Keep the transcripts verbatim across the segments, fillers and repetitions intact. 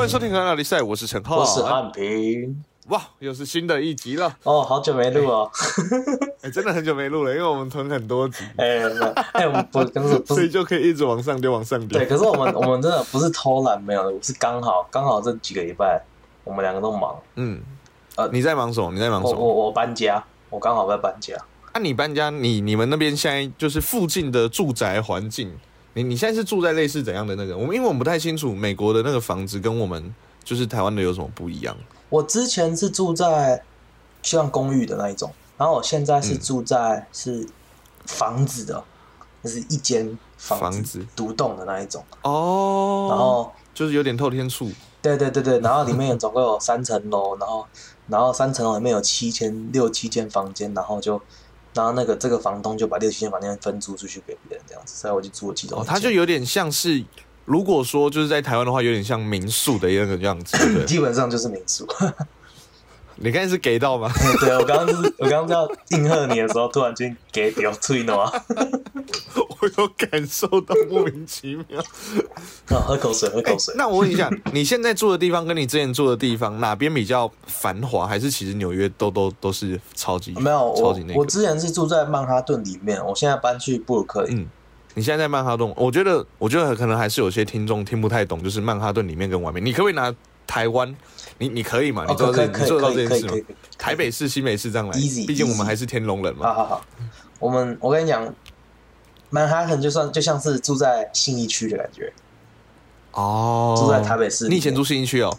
收听《河南比赛》，我是陈浩， 我是汉平。 哇，又是新的一集了哦，好久没录哦。 哎、欸，真的很久没录了，因为我们囤很多集。 哎、欸，哎、欸，我们不，不是，不是， 所以就可以一直往上丢，往上丢。 对，可是我们我们真的不是偷懒，没有的，是刚好刚好这几个礼拜我们两个都忙。 嗯，呃，你在忙什么？你在忙什么？ 我我我搬家，我刚好在搬家。 啊，你搬家，你你们那边现在就是附近的住宅环境，你你现在是住在类似怎样的那个？我们因为我们不太清楚美国的那个房子跟我们就是台湾的有什么不一样。 我之前是住在像公寓的那一种，然后我现在是住在是房子的，就是一间房子独栋的那一种。 哦， 然后就是有点透天厝。 对对对对，然后里面总共有三层楼，然后然后三层楼里面有七间六七间房间，然后就然后那个这个房东就把六七间房间分租出去给别人这样子，所以我就住了其中一间。 哦，它就有点像是。如果说就是在台湾的话，有点像民宿的那个样子，对不对？ 基本上就是民宿。 你刚才是给到吗？ 对，我刚刚就是我刚刚要应和你的时候，突然间给掉吹了啊！ 我有感受到莫名其妙。 哦，喝口水，喝口水。 欸、那我问一下，你现在住的地方跟你之前住的地方哪边比较繁华？还是其实纽约都都都是超级没有？ 超级那个。 我之前是住在曼哈顿里面，我现在搬去布鲁克林。 嗯。你现在在曼哈顿，我觉得，我觉得可能还是有些听众听不太懂，就是曼哈顿里面跟外面。你可不可以拿台湾？你你可以吗？你做这，你做得到这件事吗？台北市、新北市这样来，毕竟我们还是天龙人嘛。 好好好，我们我跟你讲，曼哈顿就算就像是住在信义区的感觉。 哦， 住在台北市。 你以前住信义区哦？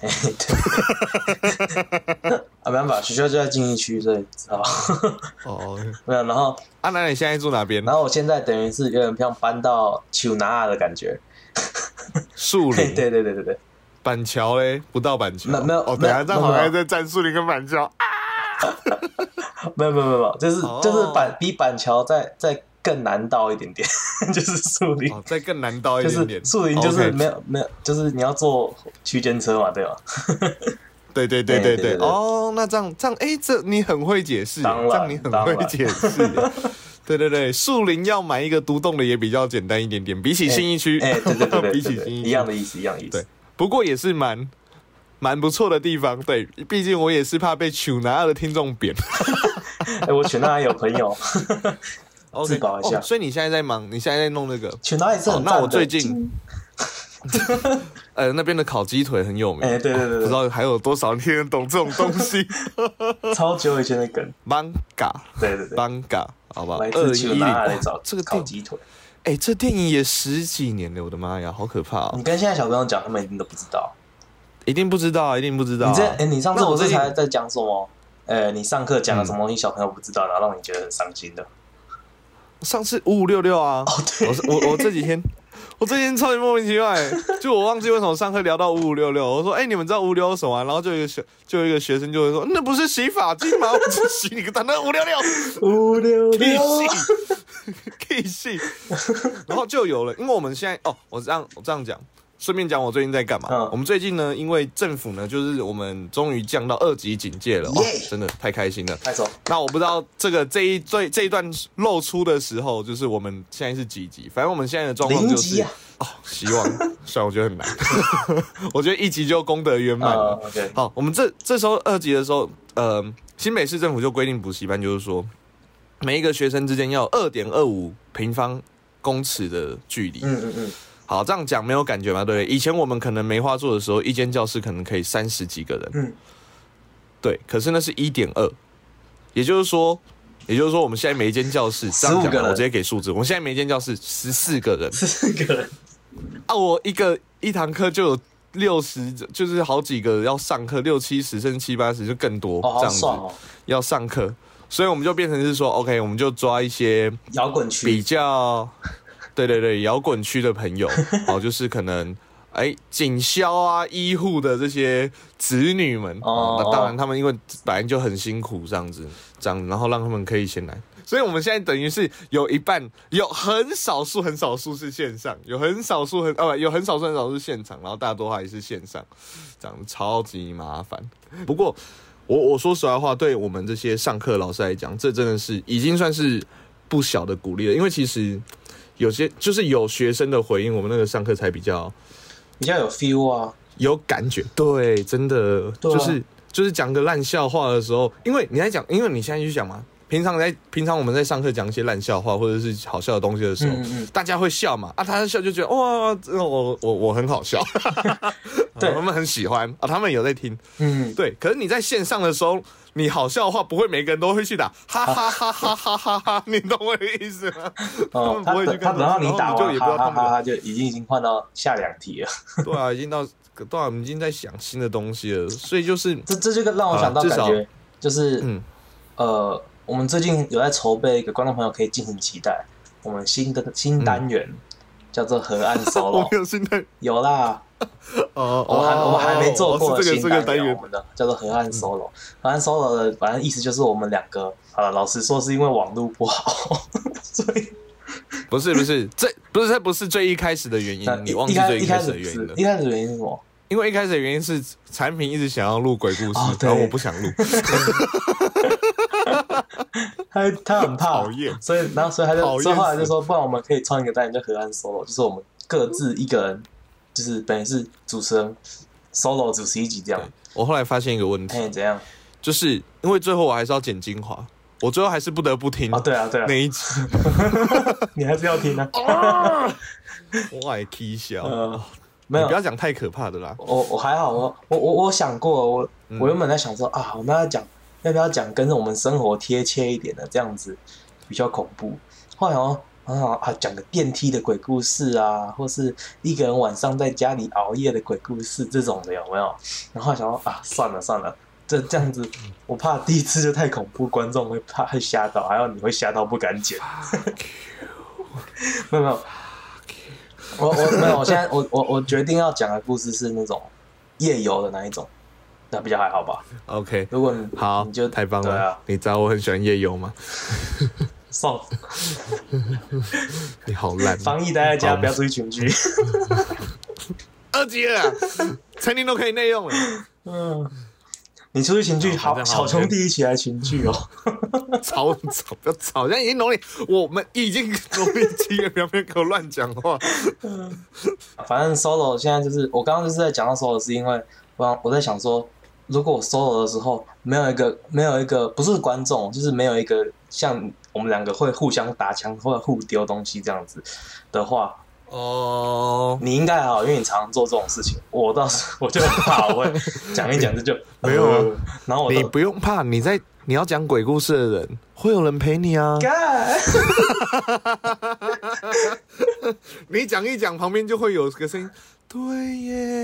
对。啊，没办法，学校就在信义区，所以知道。哦，没有，然后啊，那你现在住哪边？ 然后我现在等于是有点像搬到丘拿亚的感觉。 树林。 对对对对对。 板桥嘞，不到板桥。 没没有哦，等一下这样好像在站树林跟板桥。 没有没有没有，就是、oh. 就是板比板桥再再更南道一点点，就是树林。 哦，再更南道一点点。 树林就是没有、okay. 没有，就是你要坐区间车嘛，对吧？ 对对对对 对, 对, 对哦，那这样这样，哎，这你很会解释，这样你很会解释。对对对，树林要买一个独栋的也比较简单一点点，比起信义区， 哎，对对对对， 比起信义区一样的意思，一样的意思。 对，不过也是蛮蛮不错的地方。对，毕竟我也是怕被丘拿亚的听众扁。 哎，我丘拿亚有朋友，自保一下、 哦。所以你现在在忙，你现在在弄那个丘拿亚是很、哦、 那我最近。呃，那边的烤鸡腿很有名， 哎、欸，对对 对, 对、哦， 不知道还有多少听得懂这种东西。 超久以前的梗 ，manga， 对对对 ，manga， 好吧， 二一零来找这个烤鸡腿， 哎、欸，这电影也十几年了，我的妈呀，好可怕哦！ 你跟现在小朋友讲，他们一定都不知道， 一定不知道，一定不知道、啊。 你这，哎、欸，你上次不是才在讲什么？呃、欸，你上课讲了什么东西，小朋友不知道，然后让你觉得很伤心的。 上次五五六六啊， 哦，对， 我我我这几天。我最近超级莫名其妙、欸，就我忘记为什么上课聊到五五六六，我说哎、欸，你们知道五六什么、啊？然后就有一个学，就有一个学生就会说，那不是洗发精吗？我只洗你个蛋，那五六六， 五六六， 屁戏，然后就有了，因为我们现在哦，我这样我这样讲，顺便讲我最近在干嘛、嗯。我们最近呢，因为政府呢，就是我们终于降到二级警戒了，哦，真的太开心了。 太爽。 那我不知道这个这一这这一段露出的时候，就是我们现在是几级？反正我们现在的状况就是、 啊、 哦，希望，虽然我觉得很难，我觉得一级就功德圆满了。 Uh, okay. 好，我们这这时候二级的时候，呃，新北市政府就规定补习班就是说，每一个学生之间要有二点二五平方公尺的距离。 嗯嗯嗯。 好，这样讲没有感觉吗？对不对？以前我们可能梅花座的时候，一间教室可能可以三十几个人。 嗯。 对，可是那是一点二，也就是说，也就是说，我们现在每一间教室，这样讲，我直接给数字，我们现在每一间教室十四个人。 十四个人。 啊，我一个一堂课就有六十，就是好几个要上课，六七十甚至七八十就更多， 哦、 这样子、 哦、 要上课，所以我们就变成是说 ，OK， 我们就抓一些摇滚区比较。对对对，摇滚区的朋友，哦，就是可能，哎，警消啊、医护的这些子女们，哦，那当然他们因为本来就很辛苦，这样子，这样，然后让他们可以先来，所以我们现在等于是有一半，有很少数很少数是线上，有很少数很哦，有很少数很少数是现场，然后大多还是线上，这样超级麻烦。不过我我说实话，对我们这些上课老师来讲，这真的是已经算是不小的鼓励了，因为其实。有些就是有学生的回应，我们那个上课才比较比较有 feel 啊。 有感觉，对，真的、 对啊、 就是就是讲个烂笑话的时候，因为你在讲，因为你现在去讲嘛。平常在平常我们在上课讲一些烂笑话或者是好笑的东西的时候，嗯嗯大家会笑嘛？啊，他笑就觉得哇，我我我很好笑，对，他们很喜欢啊，他们有在听，嗯，对。可是你在线上的时候，你好笑的话，不会每个人都会去打哈哈哈哈哈哈哈，你懂我的意思吗？ 哦，他等他等到你打完哈哈哈哈，就已经已经换到下两题了。 对啊，已经到对啊，我们已经在想新的东西了，所以就是这这就让我想到感觉就是嗯呃。我们最近有在筹备一个观众朋友可以敬请期待，我们新的新单元、嗯、叫做河岸 solo。 我有新单有啦， 哦， 我们还、哦、我们还没做过的新单元， 哦、这个这个、 我们的叫做河岸 solo、嗯。河岸 solo 的反正意思就是我们两个，呃，老实说是因为网络不好，所以不是不是，这不是这不是最一开始的原因，你忘记最一开始的原因了。 一开始的原因是什么？ 因为一开始的原因是产品一直想要录鬼故事，哦、然后我不想录。 他他很怕， 讨厌， 所以然后所以他就所以后来就说，不然我们可以创一个单元叫河岸 solo， 就是我们各自一个人，就是本来是主持人 solo 主持一集这样。 我后来发现一个问题， 哎，怎样？ 就是因为最后我还是要剪精华，我最后还是不得不听。 哦，对啊，对啊， 那一集你还是要听啊。 我还 K 笑。 呃没有， 你不要讲太可怕的啦。 我我还好，我我我我想过，我、嗯、我原本在想说啊，我们要讲要不要讲跟我们生活贴切一点的，这样子比较恐怖。后来哦啊啊，讲个电梯的鬼故事啊，或是一个人晚上在家里熬夜的鬼故事这种的有没有？然后想说啊，算了算了，这这样子，我怕第一次就太恐怖，观众会怕会吓到，还有你会吓到不敢剪。没有没有。我我没有，我现在我我我决定要讲的故事是那种夜游的那一种，那比较还好吧 ？OK， 如果你好， 你就太棒了。 啊、 你知道我很喜欢夜游吗？ 送， 你好烂。 防疫待在家，不要出去群聚。 二级了，餐厅都可以内用了。 嗯。你出去群聚，好，小兄弟一起来群聚哦。 吵吵不要吵，现在已经农历，我们已经农历七月，不要别给我乱讲话。 反正 solo 现在就是我刚刚就是在讲到 solo， 是因为我我在想说，如果我 solo 的时候没有一个没有一个不是观众，就是没有一个像我们两个会互相打枪或者互丢东西这样子的话。哦， oh, 你应该还好，因为你常常做这种事情。我倒是我就很怕，我会讲一讲这就没有、啊。 然后我你不用怕，你在你要讲鬼故事的人，会有人陪你啊。你讲一讲，旁边就会有个声音，对耶。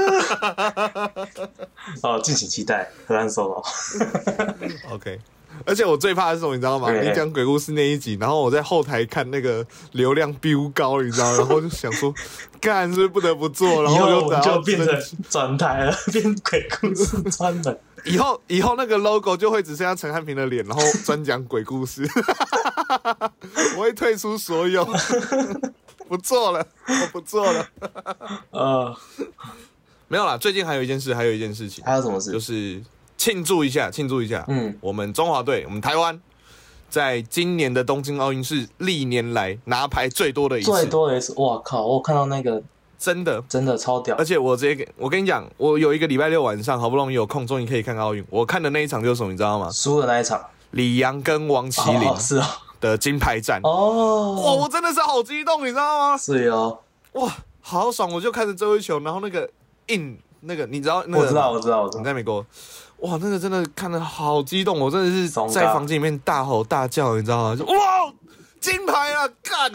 哦，敬请期待河岸 solo。 OK。而且我最怕的是什么，你知道吗？你讲鬼故事那一集，然后我在后台看那个流量飙高，你知道，然后就想说，干是不是不得不做，然后就就变成转台了，变鬼故事专门。 以后以后那个 logo 就会只剩下陈汉平的脸，然后专讲鬼故事。我会退出所有，不做了，我不做了。呃，没有啦，最近还有一件事，还有一件事情， 还有什么事？ 就是。庆祝一下，庆祝一下！嗯，我们中华队，我们台湾，在今年的东京奥运是历年来拿牌最多的一次， 最多的一次。哇靠！我看到那个， 真的， 真的超屌。 而且我直接给我跟你讲，我有一个礼拜六晚上，好不容易有空，终于可以看奥运。我看的那一场就是什么，你知道吗？ 输的那一场， 李洋跟王麒麟是的金牌战。 哦， 哇，我真的是好激动，你知道吗？ 是哦， 哇，好爽！我就看着这一球，然后那个 in 那个，你知道那个？ 我知道，我知道，我知道。 你在美国。哇，那个真的看得好激动，我真的是在房间里面大吼大叫，你知道吗？就哇，金牌啊，干，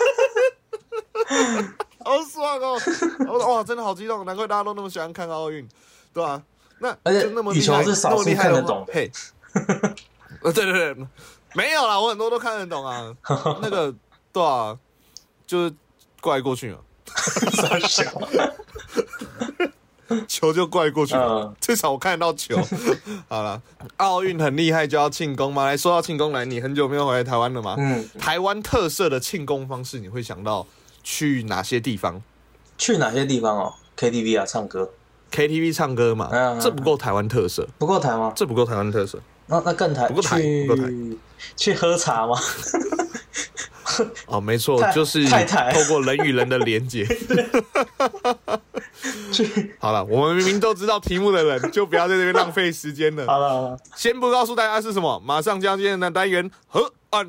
好爽哦！哇，真的好激动，难怪大家都那么喜欢看奥运，对吧、啊？那而且羽球是少数看得懂的， 嘿，呃，对对对，没有啦，我很多都看得懂啊。那个，对啊，就是过来过去嘛， 傻笑。 球就怪过去了，嗯、至少我看得到球。好了，奥运很厉害，就要庆功嘛。来说到庆功，来，你很久没有回来台湾了嘛？嗯。台湾特色的庆功方式，你会想到去哪些地方？ 去哪些地方哦 ？K T V 啊，唱歌。 K T V 唱歌嘛，嗯、这不够台湾特色。 不够台吗？ 这不够台湾特色。 那那更台？ 不够台，不够台。 去喝茶吗？ 哦，没错，就是透过人与人的连结。 去。 好了，我们明明都知道题目的人，就不要在这边浪费时间了。 好了好了， 先不告诉大家是什么，马上将今天的单元河岸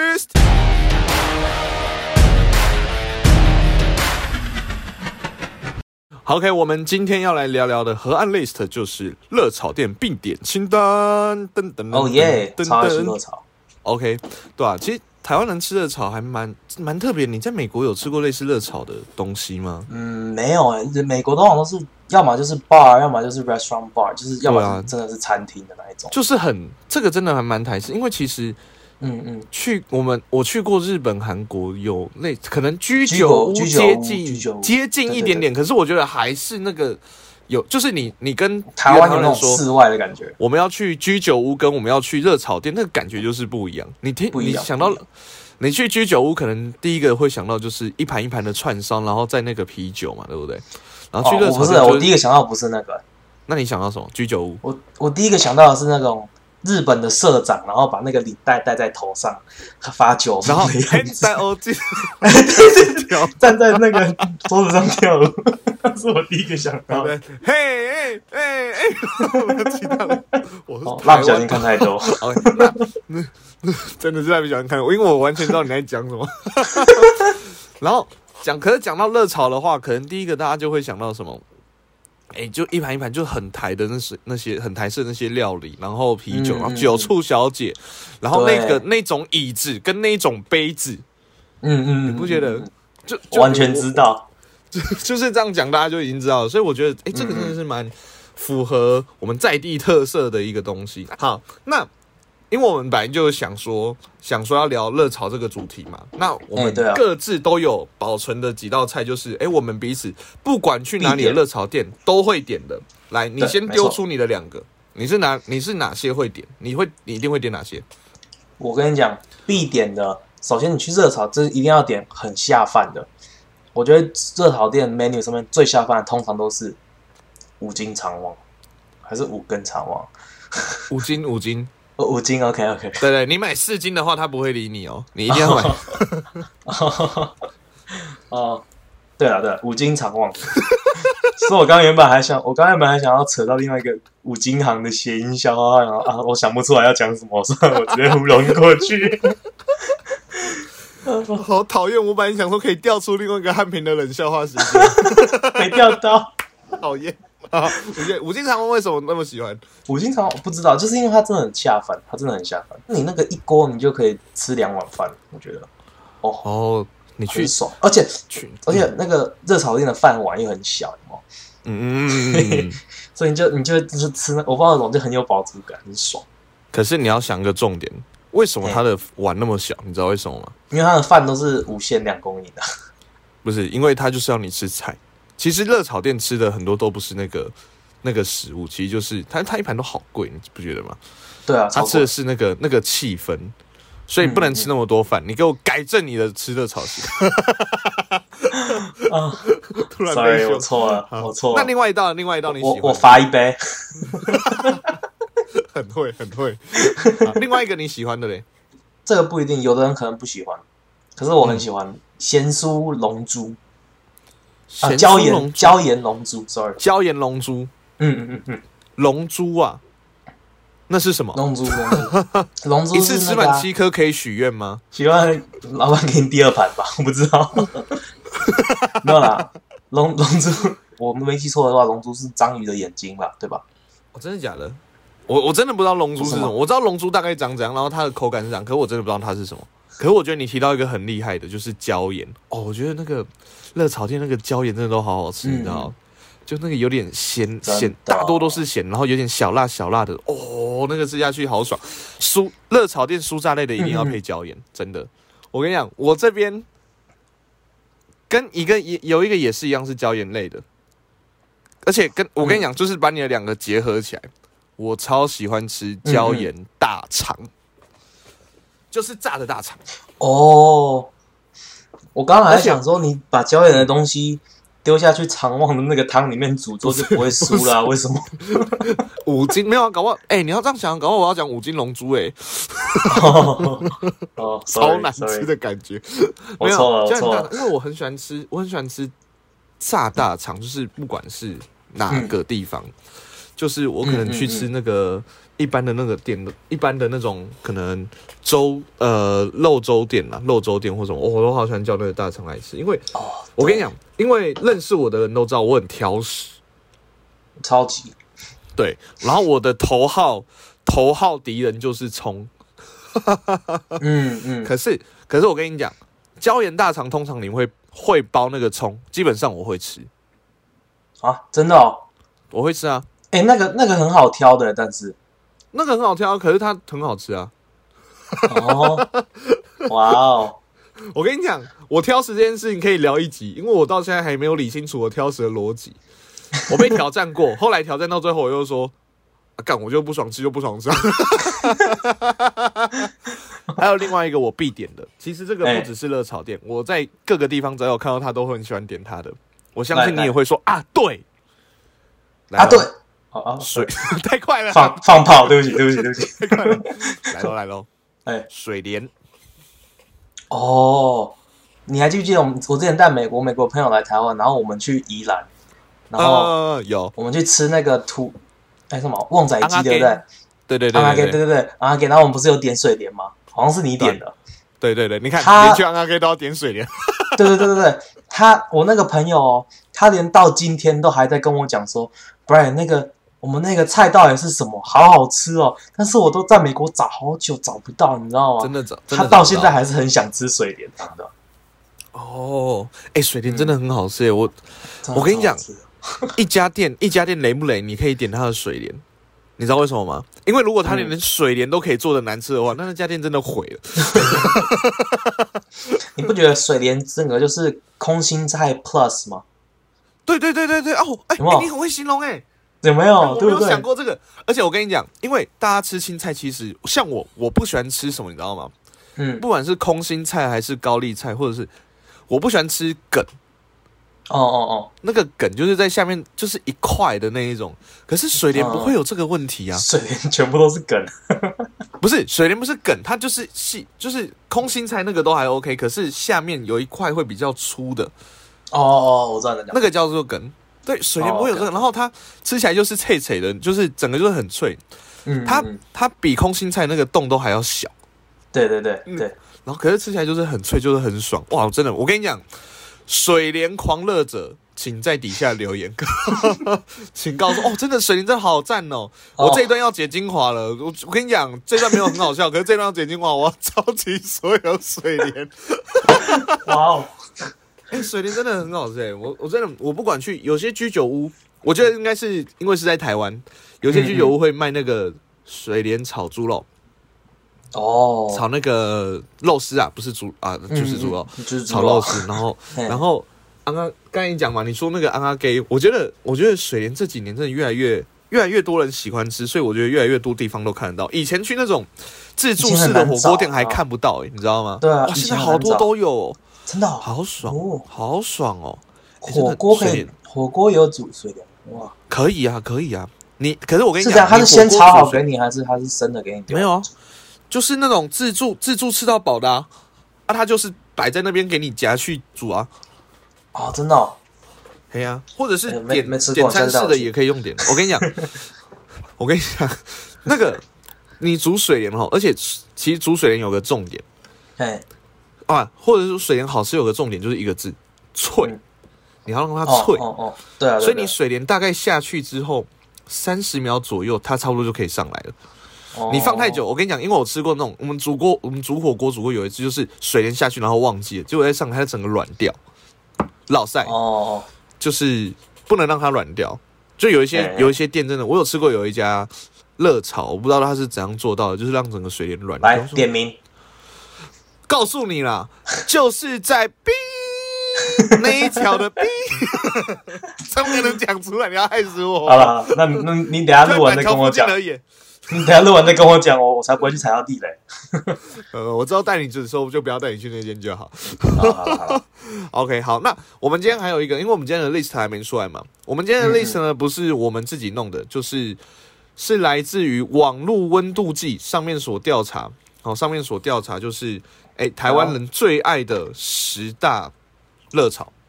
list。OK， 我们今天要来聊聊的河岸 list 就是热炒店必点清单。噔噔哦耶，超爱吃热炒。 OK， 对啊，其实台湾人吃热炒还蛮蛮特别。你在美国有吃过类似热炒的东西吗？ 嗯，没有哎、欸，美国通常都是要么就是 bar， 要么就是 restaurant bar， 就是要么真的是餐厅的那一种。 就是很这个真的还蛮台式，因为其实。 嗯嗯， 去我们我去过日本、韩国，有类可能居酒屋接近接近一点点，可是我觉得还是那个有，就是你你跟台湾有那种室外的感觉。 我们要去居酒屋，跟我们要去热炒店，那个感觉就是不一样。你听，你想到你去居酒屋，可能第一个会想到就是一盘一盘的串烧，然后再那个啤酒嘛，对不对？然后去热炒店、就是哦，不是，我第一个想到不是那个。 那你想到什么？居酒屋？ 我我第一个想到的是那种。日本的社长，然后把那个领带戴在头上，发酒疯的样子， 戴欧记， 站在那个桌子上跳舞，那是我第一个想到的。 嘿哎哎哎，我记到了，我是蜡笔小新看太多， 那那真的是蜡笔小新看，因为我完全知道你在讲什么。然后讲，可是讲到热炒的话，可能第一个大家就会想到什么？哎、欸，就一盘一盘就很台的那些那些很台式的那些料理，然后啤酒，嗯、然后酒醋小姐，然后那个那种椅子跟那种杯子， 嗯嗯， 你不觉得？就, 就完全知道， 就就是这样讲，大家就已经知道了。所以我觉得，哎、欸，这个真的是蛮符合我们在地特色的一个东西。好，那因为我们本来就想说想说要聊热炒这个主题嘛，那我们各自都有保存的几道菜，就是哎、欸，我们彼此不管去哪里的热炒店都会点的。来，你先丢出你的两个，你是哪你是哪些会点？你会你一定会点哪些？ 我跟你讲，必点的，首先你去热炒，这一定要点很下饭的。我觉得热炒店 menu 上面最下饭的，通常都是五斤肠旺，还是五根肠旺？ 五斤五斤。 哦，五斤 ，OK OK， 对对，你买四斤的话，他不会理你哦，你一定要买。 哦，哦对了对了，五斤肠旺。所以我刚原本还想，我刚原本还想要扯到另外一个五金行的谐音笑话，然后啊，我想不出来要讲什么，所以我直接糊弄过去。 好讨厌！我本来想说可以调出另外一个汉平的冷笑话时间， 没调到， 讨厌。啊，五斤肠旺为什么那么喜欢？ 五斤肠旺不知道，就是因为它真的很下饭，它真的很下饭。你那个一锅你就可以吃两碗饭，我觉得。哦哦，你去爽，而且去，而且那个热炒店的饭碗又很小，有没有？嗯嗯嗯，所以你就你就就是吃那，我不知道那种就很有饱足感，很爽。 可是你要想个重点，为什么它的碗那么小？你知道为什么吗？ 因为它的饭都是无限两公斤的。 不是，因为它就是要你吃菜。其实热炒店吃的很多都不是那个那个食物，其实就是它它一盘都好贵，你不觉得吗？ 对啊， 它吃的是那个那个气氛，所以不能吃那么多饭。嗯、你给我改正你的吃热炒习惯。 啊，突然被凶，我错了，我错了。 那另外一道，另外一道你喜欢？ 我我罚一杯。 很会，很会。另外一个你喜欢的嘞？ 这个不一定，有的人可能不喜欢，可是我很喜欢咸酥龙珠。啊，椒盐椒盐龙珠 ，sorry， 椒盐龙珠， 嗯嗯嗯， 龙珠啊，那是什么？ 龙珠，龙珠，龙珠、啊、 一次吃满七颗可以许愿吗？ 许愿老板给你第二盘吧，我不知道，没有啦，龙龙珠，我没记错的话，龙珠是章鱼的眼睛吧，对吧？ 哦，真的假的？我我真的不知道龙珠是什么，我知道龙珠大概长怎样，然后它的口感是这样，可是我真的不知道它是什么。可是我觉得你提到一个很厉害的，就是椒盐哦。我觉得那个热炒店那个椒盐真的都好好吃，嗯、你知道吗？就那个有点咸咸，大多都是咸，然后有点小辣小辣的哦，那个吃下去好爽。酥热炒店酥炸类的一定要配椒盐，嗯、真的。我跟你讲，我这边跟一个有一个也是一样是椒盐类的，而且跟我跟你讲，就是把你的两个结合起来，我超喜欢吃椒盐大肠。嗯嗯就是炸的大肠哦，我刚刚还想说，你把椒盐的东西丢下去肠旺的那个汤里面煮，就就不会输啦、啊。为什么？ 五斤没有啊？搞不好，哎、欸，你要这样想，搞不好我要讲五斤龙珠、欸，哎， 哦， 超难吃的感觉。 我错了，我错了， 因为我很喜欢吃，我很喜欢吃炸大肠，就是不管是哪个地方，嗯、就是我可能去吃那个一般的那个店，嗯嗯嗯一般的那种可能粥呃肉粥店啦，肉粥店或什么，我都好喜欢叫那个大肠来吃，因为、哦、我跟你讲，因为认识我的人都知道我很挑食， 超级对，然后我的头号头号敌人就是葱。 嗯嗯， 可是可是我跟你讲，椒盐大肠通常你会会包那个葱，基本上我会吃啊，真的哦， 我会吃啊。 哎、欸，那个那个很好挑的，但是那个很好挑，可是它很好吃啊。 哦，哇哦！ 我跟你讲，我挑食这件事情可以聊一集，因为我到现在还没有理清楚我挑食的逻辑。我被挑战过，后来挑战到最后，我又说。干、啊、我就不爽吃就不爽吃、啊，还有另外一个我必点的，其实这个不只是热炒店，欸、我在各个地方只要有看到他都会很喜欢点他的。我相信你也会说啊，对， 啊对， 啊水太快了， 放放炮，对不起对不起对不起， 太快了，来喽来喽，哎、欸，水莲， 哦，你还记不记得我们我之前带美国美国朋友来台湾，然后我们去宜兰，然后、 呃、有我们去吃那个土。哎，什么旺仔鸡对不对？ 对对对对对对对，阿给，然后我们不是有点水莲吗？好像是你点的。 对对对，你看，连去阿给都要点水莲。 对对对对对，他我那个朋友、哦，他连到今天都还在跟我讲说 ，Brian 那个我们那个菜到底是什么，好好吃哦。但是我都在美国找好久找不到，你知道吗？ 真的找， 他到现在还是很想吃水莲，真的。 哦，哎、欸，水莲真的很好吃耶！我我跟你讲。一家店一家店雷不雷？你可以点它的水莲，你知道为什么吗？因为如果他连水莲都可以做的难吃的话，那那家店真的毁了。 你不觉得水莲整个就是空心菜 plus 吗？ 对对对对对哦，哎、欸欸，你很会形容哎、欸， 有没有？ 我没有想过这个。而且我跟你讲，因为大家吃青菜，其实像我，我不喜欢吃什么，你知道吗？嗯，不管是空心菜还是高丽菜，或者是我不喜欢吃梗。 哦哦哦， 那个梗就是在下面，就是一块的那一种。可是水莲不会有这个问题啊， 水莲全部都是梗， 不是水莲不是梗，它就是细，就是空心菜那个都还 OK， 可是下面有一块会比较粗的。 哦哦，我知道你讲那个叫做梗。对，水莲不会有这个，然后它吃起来就是脆脆的，就是整个就是很脆。嗯，它它比空心菜那个洞都还要小。 对对对对， 然后可是吃起来就是很脆，就是很爽。哇，真的，我跟你讲。水莲狂热者，请在底下留言，请告诉哦，真的水莲真的好赞哦！我这一段要剪精华了，我我跟你讲，这段没有很好笑，可是这段要剪精华，我要召集所有水莲。 哇哦！ 哎、欸，水莲真的很好吃哎，我我真的我不管去有些居酒屋，我觉得应该是因为是在台湾，有些居酒屋会卖那个水莲炒猪肉。哦，炒那个肉丝啊，不是猪啊，就是猪肉，嗯、就是炒肉丝。然后，然后刚刚刚才你讲嘛，你说那个安阿给，我觉得，我觉得水莲这几年真的越来越越来越多人喜欢吃，所以我觉得越来越多地方都看得到。以前去那种自助式的火锅店还看不到、欸，你知道吗？ 对啊， 哇，现在好多都有、哦， 真的、哦、 好爽，哦、好爽哦！ 火锅可以，火锅有煮水莲，哇， 可以啊，可以啊。你可是我跟你讲， 是这样，他是先炒好给你，还是他是生的给你？ 没有啊。就是那种自助自助吃到饱的啊，啊，他就是摆在那边给你夹去煮啊。 哦，真的、哦？ 对啊，或者是点、欸、点餐式的也可以用点。我跟你讲，我跟你讲，那个你煮水莲哈，而且其实煮水莲有个重点，哎，啊，或者说水莲好吃有个重点就是一个字脆，嗯、你要让它脆。 哦 哦, 哦对啊。 所以你水莲大概下去之后三十秒左右，它差不多就可以上来了。你放太久，我跟你讲，因为我吃过那种，我们煮锅，我们煮火锅煮过有一次，就是水莲下去，然后忘记了，结果在上它整个软掉，老塞哦，就是不能让它软掉。就有一些有一些店真的，我有吃过有一家热炒，我不知道它是怎样做到的，就是让整个水莲软掉。 来点名， 告诉你啦，就是在 B 那一条的 B， 这不能讲出来，你要害死我。 好了，那那你等一下录完再跟我讲。你等一下录完再跟我讲，我我才不会去踩到地雷。 呃，我知道带你去的时候，就不要带你去那间就好。 好好好 OK， 好，那我们今天还有一个，因为我们今天的 list 还没出来嘛。我们今天的 list 呢，不是我们自己弄的，就是是来自于网络温度计上面所调查。好、哦，上面所调查就是，哎，台湾人最爱的十大热炒。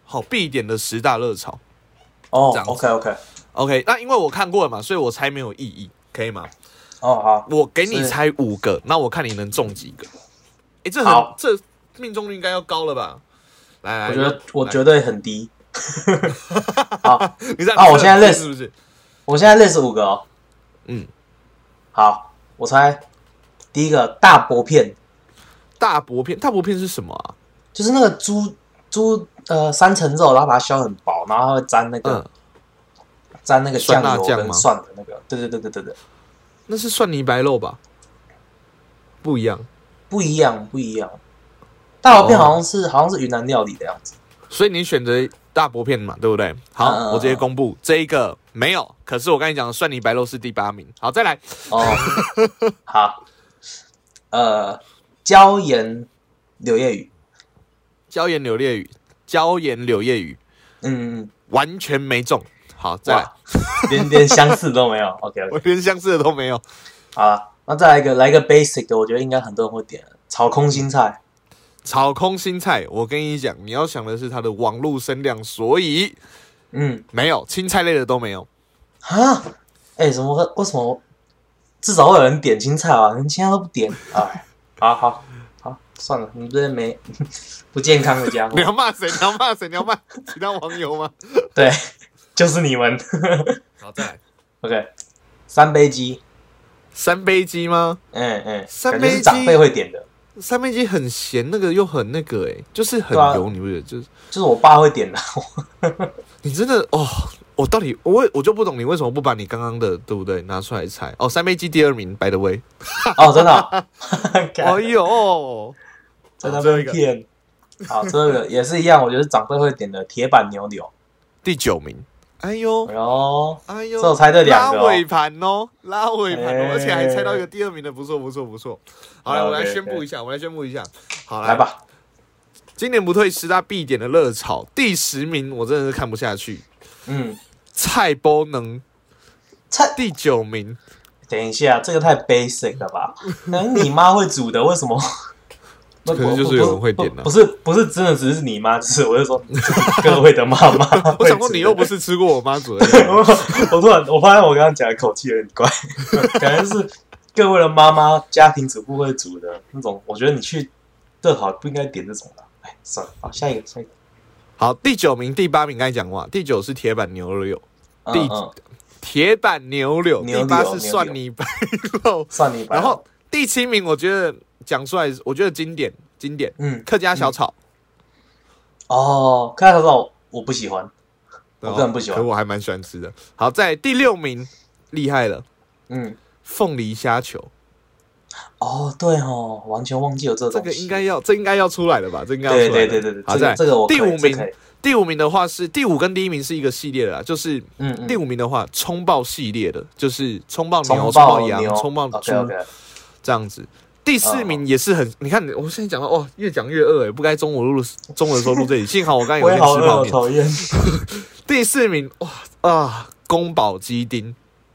好必点的十大热炒。 哦 ，OK OK OK， 那因为我看过了嘛，所以我猜没有意义，可以吗？ 哦，好， 我给你猜五个，那我看你能中几个。哎，这很这命中率应该要高了吧？来来， 我觉得我绝对很低。好， 你在啊，我现在累是不是？ 我现在累死五个哦。 嗯， 好，我猜第一个大薄片。 大薄片，大薄片是什么啊？ 就是那个猪猪呃三层肉，然后把它削很薄，然后它会沾那个、嗯、沾那个酱油跟蒜的那个。对对对对对对， 那是蒜泥白肉吧？不一样， 不一样，不一样。大薄片好像是、哦、好像是云南料理的样子。 所以你选择大薄片嘛，对不对？好，嗯嗯嗯我直接公布这一个没有。可是我跟你讲，蒜泥白肉是第八名。好，再来。 哦，好，呃，椒盐柳叶鱼。 椒盐柳叶鱼，椒盐柳叶鱼， 嗯嗯， 完全没中。好，再来， 连连相似都没有。OK，, okay 我连相似的都没有。 好了，那再来一个，来一个 basic 的，我觉得应该很多人会点炒空心菜。 炒空心菜，我跟你讲，你要想的是它的网络声量，所以， 嗯， 没有青菜类的都没有。 啊，哎、欸，什么？为什么？至少会有人点青菜啊，连青菜都不点。哎，好好。算了，你这些没不健康的家伙。 你要骂谁？你要骂谁？你要骂其他网友吗？ 对，就是你们。 好，再来。 OK， 三杯鸡。 三杯鸡吗？ 嗯嗯， 三杯鸡长辈会点的。 三杯鸡很咸，那个又很那个、欸，哎，就是很油，啊、你不觉得？就是就是我爸会点的。 你真的哦，我到底我我就不懂你为什么不把你刚刚的对不对拿出来猜？哦，三杯鸡第二名 ，by the way。 哦，真的、哦。 哎呦。 在那边骗，好，这个也是一样，我觉得长辈会点的铁板牛柳， 第九名。哎呦， 哎呦， 哎呦， 这我猜对两个、 哦，拉尾盘哦，拉尾盘哦，欸、而且还猜到一个第二名的，不错不错不错。好来，我来宣布一下，我来宣布一下，好来来吧。 今年不退十大必点的热炒，第十名我真的是看不下去。 嗯， 菜包能， 菜第九名。 等一下，这个太 basic 了吧？那你妈会煮的，为什么？ 可能就是有人会点的、啊， 不是不是真的只是你妈，只是我就说各位的妈妈。 我想说你又不是吃过我妈煮的， 我突然我发现我刚刚讲的口气有点怪，感觉是各位的妈妈家庭主妇会煮的那种。我觉得你去热炒不应该点这种的。哎，算了，好，下一个下一个。 好，第九名、第八名刚才讲过，第九是铁板牛柳，第铁板牛柳，第八是蒜泥白肉， 蒜泥白肉， 然后第七名我觉得。讲出来，我觉得经典经典，嗯，客家小炒。 嗯、哦，客家小炒我不喜欢，我个人不喜欢， 可我还蛮喜欢吃的。好，在第六名厉害了， 嗯， 凤梨虾球。 哦，对哦，完全忘记有这这个应该要，这应该要出来了吧？这应该要出来。 对对对对对。 好，在、 这个、这个我第五名，第五名的话是第五跟第一名是一个系列的啦，就是嗯嗯第五名的话，葱爆系列的，就是葱爆牛、葱爆羊、葱爆猪 okay, okay 这样子。第四名也是很，嗯、你看，我现在讲到哇，越讲越饿哎，不该中午录中午的时候录这里，幸好我刚才有先吃泡面。 讨厌。 第四名哇啊，宫保鸡丁。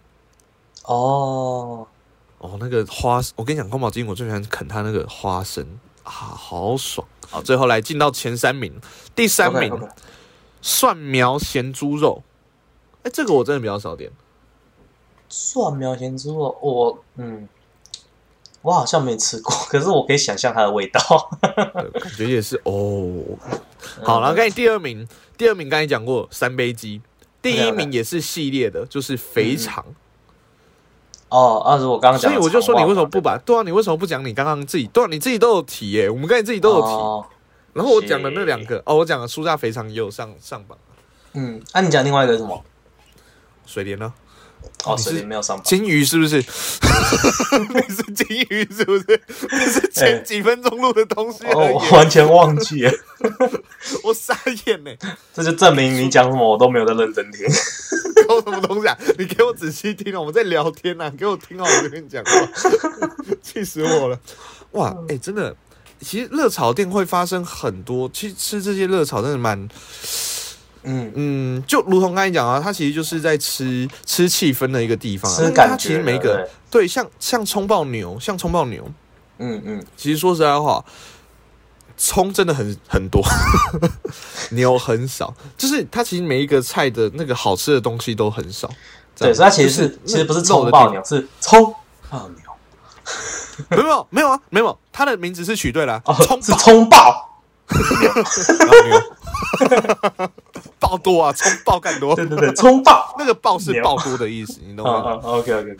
哦哦，那个花，我跟你讲，宫保鸡丁我最喜欢啃它那个花生啊，好爽。好，最后来进到前三名，第三名 okay, okay 蒜苗咸猪肉，哎，这个我真的比较少点。 蒜苗咸猪肉，我嗯。我好像没吃过，可是我可以想象它的味道， 感觉也是哦。好，然后刚才第二名，第二名刚才讲过三杯鸡，第一名也是系列的，就是肥肠。 嗯、哦，啊，是我刚刚讲， 所以我就说你为什么不把？对啊，你为什么不讲你刚刚自己？对啊，你自己都有提耶，我们刚才自己都有提。哦、然后我讲的那两个，哦，我讲的酥炸肥肠也有上上榜。 嗯，那、啊、你讲另外一个是什么？ 水莲呢？ 哦，水莲没有上榜。 金鱼是不是？你是金鱼是不是？你是前几分钟录的东西而已、欸哦，我完全忘记了， 我傻眼呢、欸。 这就证明你讲什么我都没有在认真听。 搞什么东西啊？你给我仔细听哦，我们在聊天啊，给我听好我跟你讲话，气死我了！哇，哎、欸，真的，其实热炒店会发生很多，其实吃这些热炒真的蛮。嗯嗯，就如同刚才讲啊，它其实就是在吃吃气氛的一个地方、啊， 吃感觉。 它其实每一个 对, 对，像像葱爆牛，像葱爆牛，嗯嗯，其实说实在话，葱真的很很多， 牛很少，就是它其实每一个菜的那个好吃的东西都很少。 对，所以它其实是、就是、其实不是葱爆牛，是葱爆牛。 没有没有啊，没有，它的名字是取对了、啊， 哦， 葱是葱爆。 爆多啊，葱爆干多。 对对对，葱爆， 那个爆是爆多的意思，你懂吗、 哦哦、？OK OK。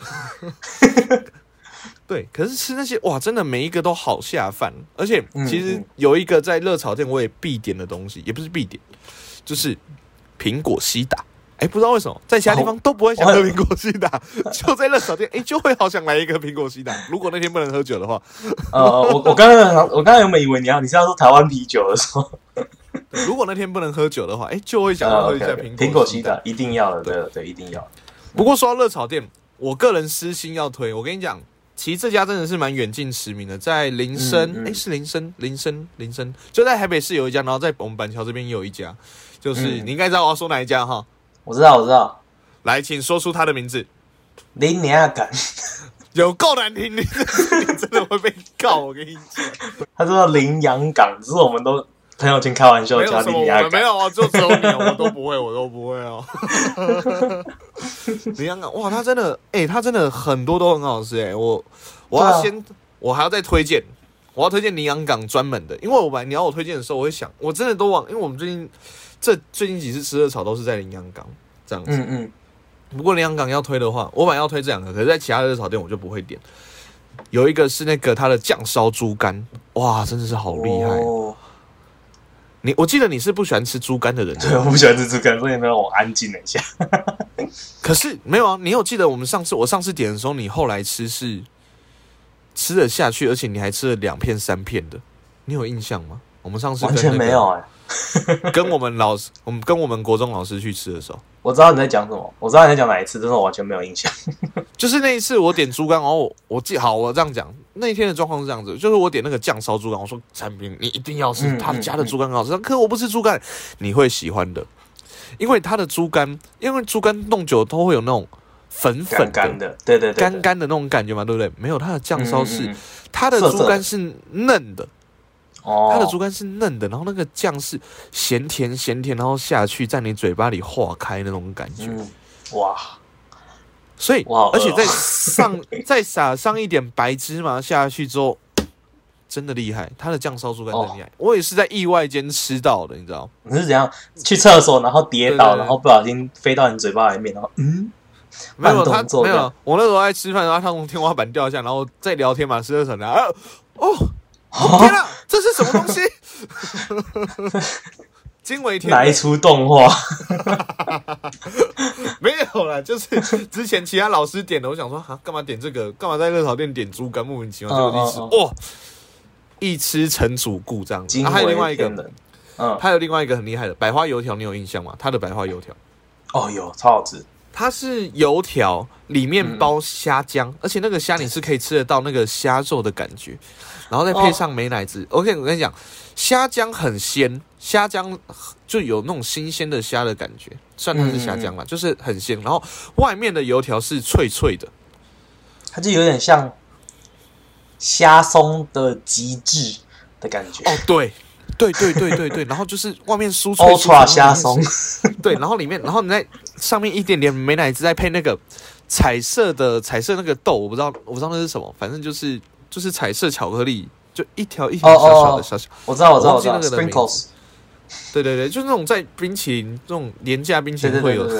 对，可是吃那些哇，真的每一个都好下饭，而且其实有一个在热炒店我也必点的东西，也不是必点，就是苹果西打。哎，不知道为什么在其他地方都不会想喝苹果西打，哦、就在热炒店，哎，就会好想来一个苹果西打。如果那天不能喝酒的话， 呃，我我刚刚我刚刚原本以为你要你是要说台湾啤酒的时候， 如果那天不能喝酒的话，哎，就会想要喝一下苹苹果西打，一定要的，对对，一定要。 不过说到热炒店，我个人私心要推，我跟你讲，其实这家真的是蛮远近驰名的，在林森，哎、嗯嗯，是林森，林森，林森，就在台北市有一家，然后在我们板桥这边也有一家，就是、嗯、你应该知道我要说哪一家哈。 我知道，我知道。 来，请说出他的名字。 林娘港， 有够难听，你你真的会被告。我跟你讲， 他说林洋港，只是我们都朋友圈开玩笑叫林洋港。 没有啊，就只有你，我都不会，我都不会哦。林洋港，哇，他真的，哎、欸，他真的很多都很好吃哎、欸。我我要先，啊、我还要再推荐，我要推荐林洋港专门的，因为我本来你要我推荐的时候，我会想，我真的都忘，因为我们最近。这最近几次吃热炒都是在林洋港这样子，嗯嗯。不过林洋港要推的话，我本来要推这两个，可是在其他的热炒店我就不会点。有一个是那个它的酱烧猪肝，哇，真的是好厉害！哦、你我记得你是不喜欢吃猪肝的人， 对，我不喜欢吃猪肝，所以呢，我安静了一下。 可是没有啊，你有记得我们上次我上次点的时候，你后来吃是吃得下去，而且你还吃了两片三片的，你有印象吗？我们上次、那個、 完全没有哎、欸。 跟我们老师，我们跟我们国中老师去吃的时候， 我知道你在讲什么，我知道你在讲哪一次，但是我完全没有印象。 就是那一次我点猪肝，然后我我记好，我这样讲，那一天的状况是这样子，就是我点那个酱烧猪肝，我说产品你一定要吃，他家的猪肝很好吃，嗯嗯嗯、可我不吃猪肝，你会喜欢的，因为他的猪肝，因为猪肝弄久都会有那种粉粉的、 干干的，对对对， 干干的那种感觉嘛，对不对？没有，他的酱烧是，嗯嗯嗯他的猪肝是嫩的。它的猪肝是嫩的，然后那个酱是咸甜咸甜，然后下去在你嘴巴里化开那种感觉，嗯、 哇！ 所以，而且再上再撒上一点白芝麻下去之后，真的厉害。它的酱烧猪肝真的厉害，哦、我也是在意外间吃到的，你知道？ 你是怎样去厕所然后跌倒，對對對然後不小心飞到你嘴巴里面，然后嗯， 没有他没有，我那时候在吃饭，然后他从天花板掉下，然后在聊天嘛，吃热炒聊，啊哦。哦、天啊，这是什么东西？惊为天人！ 哪一出动画？ 没有啦，就是之前其他老师点的，我想说啊，干嘛点这个？干嘛在热炒店点猪肝？莫名其妙就一吃，哇、哦！一吃成主顾这样子。啊、还有另外一个，嗯，还有另外一个很厉害的百花油条，你有印象吗？它的百花油条， 哦，有，超好吃。 它是油条里面包虾浆、嗯，而且那个虾你是可以吃得到那个虾肉的感觉，然后再配上美乃滋。OK， 我跟你讲，虾浆很鲜，虾浆就有那种新鲜的虾的感觉，算它是虾浆啦、嗯，就是很鲜。然后外面的油条是脆脆的， 它就有点像虾松的极致的感觉。 哦，对。对对对对对，然后就是外面酥脆 ，Ultra 虾松， 对，然后里面，然后你在上面一点点美乃滋，再配那个彩色的彩色那个豆，我不知道我不知道那是什么，反正就是就是彩色巧克力，就一条一条小小的小小， oh, oh, 我知道我知道我知道那个的名字，对对对，就是那种在冰淇淋这种廉价冰淇淋会有，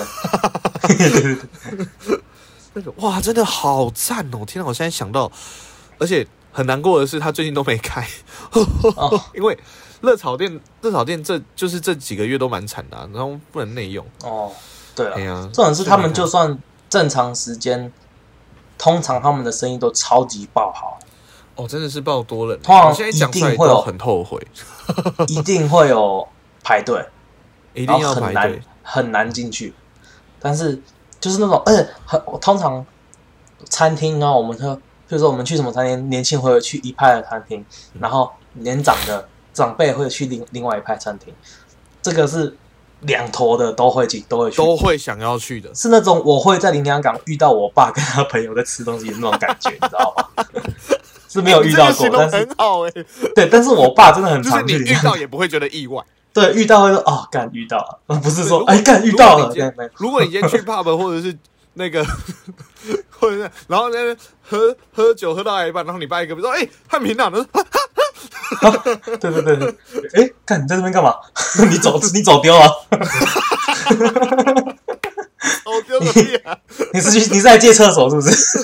那个哇，真的好赞哦！天哪，我现在想到，而且很难过的是，他最近都没开，哦、因为。热炒店，热炒店这就是这几个月都蛮惨的、啊，然后不能内用。 哦，对啊，啊重点是他们就算正常时间，通常他们的生意都超级爆好。 哦，真的是爆多了。 通常我现在讲出来都很后悔， 一定会有排队， 一定要排队， 很难进去。但是就是那种，而且很通常餐厅啊，我们说，比如说我们去什么餐厅，年轻会去一派的餐厅，然后年长的。长辈会去另另外一派餐厅，这个是两头的都会去，都会去， 都会想要去的， 是那种我会在林良港遇到我爸跟他朋友在吃东西的那种感觉，你知道吗？是没有遇到过，但是很好哎、欸， 对，但是我爸真的很常去， 就是你遇到也不会觉得意外， 对，遇到会说哦，干遇到了，不是说哎干遇到了。 如果你今天去 pub 或者是那个，或者是然后那边喝喝酒喝到一半，然后你爸一个说哎汉平啊，说对对对，哎干你在这边干嘛？你走你走丢了。 走丢个屁啊！ 你是去你是在借厕所是不是？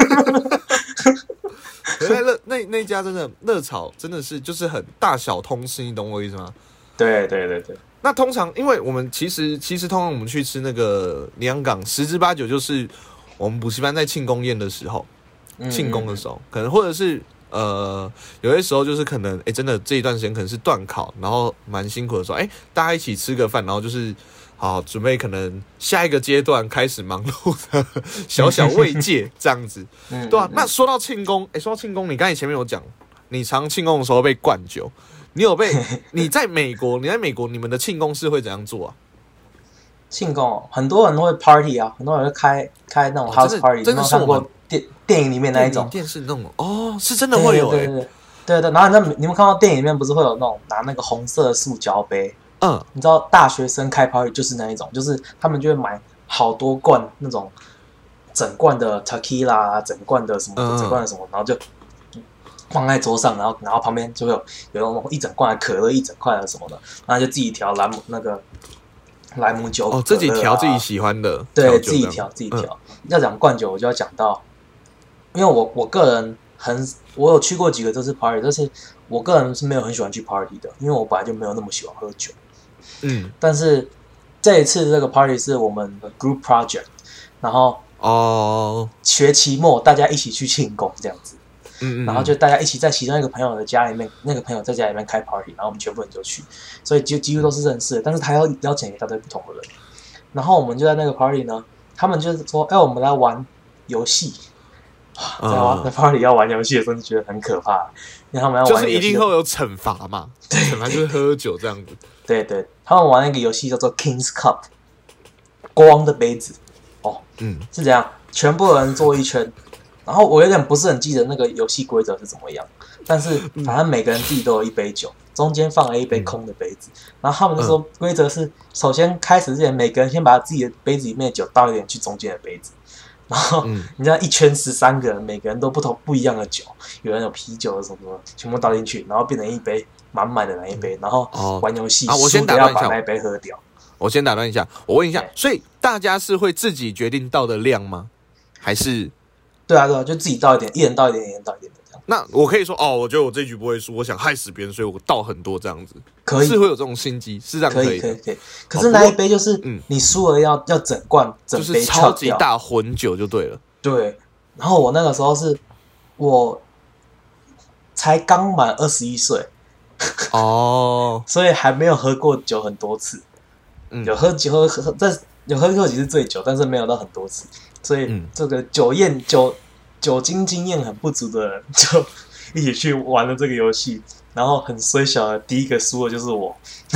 那那那家真的热炒真的是就是很大小通吃，你懂我意思吗？ 对对对对。 那通常因为我们其实其实通常我们去吃那个联阳港，十之八九就是我们补习班在庆功宴的时候，庆功的时候，嗯、可能或者是呃有些时候就是可能哎、欸、真的这一段时间可能是段考，然后蛮辛苦的时候，哎、欸、大家一起吃个饭，然后就是好准备可能下一个阶段开始忙碌的小小慰藉这样子，对啊。那说到庆功，哎、欸、说到庆功，你刚才前面有讲，你常庆功的时候被灌酒。你有被你在美国？你在美国，你们的庆功是会怎样做啊？ 庆功、哦，很多人都会 party 啊，很多人会开开那种 house party，、哦、 真的是我们电电影里面那一种电视那种哦，是真的会有、欸、 对对对对对。然后你们你们看到电影里面不是会有那种拿那个红色的塑胶杯？嗯，你知道大学生开 party 就是那一种，就是他们就会买好多罐那种整罐的 tequila， 整罐的什么、嗯、整罐的什么，然后就。放在桌上，然后然后旁边就会有有那种一整罐的可乐，一整罐的什么的，然后就自己调莱姆那个莱姆酒、啊、 哦，自己调自己喜欢的， 对，自己调自己调。嗯、要讲灌酒，我就要讲到，因为我我个人很，我有去过几个这次 party， 但是我个人是没有很喜欢去 party 的，因为我本来就没有那么喜欢喝酒。嗯，但是这一次这个 party 是我们的 group project， 然后哦，学期末大家一起去庆功这样子。嗯嗯，然后就大家一起在其中一个朋友的家里面，那个朋友在家里面开 party， 然后我们全部人就去，所以就几乎都是认识的，但是他要邀请一大堆不同的人，然后我们就在那个 party 呢，他们就是说，哎，我们来玩游戏，在玩在 party 要玩游戏的时候就觉得很可怕，因为他们要玩就是一定会有惩罚嘛，惩罚就是喝酒这样子。 对对，他们玩那个游戏叫做 King's Cup， 国王的杯子，哦，嗯，是这样，全部人坐一圈。然后我有点不是很记得那个游戏规则是怎么样，但是反正每个人自己都有一杯酒，中间放了一杯空的杯子。然后他们就说规则是，首先开始之前，每个人先把自己的杯子里面的酒倒一点去中间的杯子，然后你这样一圈十三个人，每个人都不同不一样的酒，有人有啤酒什么什么，全部倒进去，然后变成一杯满满的那一杯，然后玩游戏，输的要把那一杯喝掉。 我先打断一下，我问一下，所以大家是会自己决定倒的量吗？还是？ 对啊，对啊，就自己倒一点，一人倒一点，一人倒一点的这样。 那我可以说哦，我觉得我这局不会输，我想害死别人，所以我倒很多这样子。 可以， 是会有这种心机，是这样可以， 可以，可以。可是那一杯就是，嗯，你输了要要整罐整杯就是超级大混酒就对了。 对，然后我那个时候是，我才刚满二十一岁，哦，所以还没有喝过酒很多次。嗯，有喝酒喝喝，这有喝过几次醉酒，但是没有到很多次。所以这个酒验酒酒精经验很不足的人，就一起去玩了这个游戏，然后很衰小的第一个输的就是我，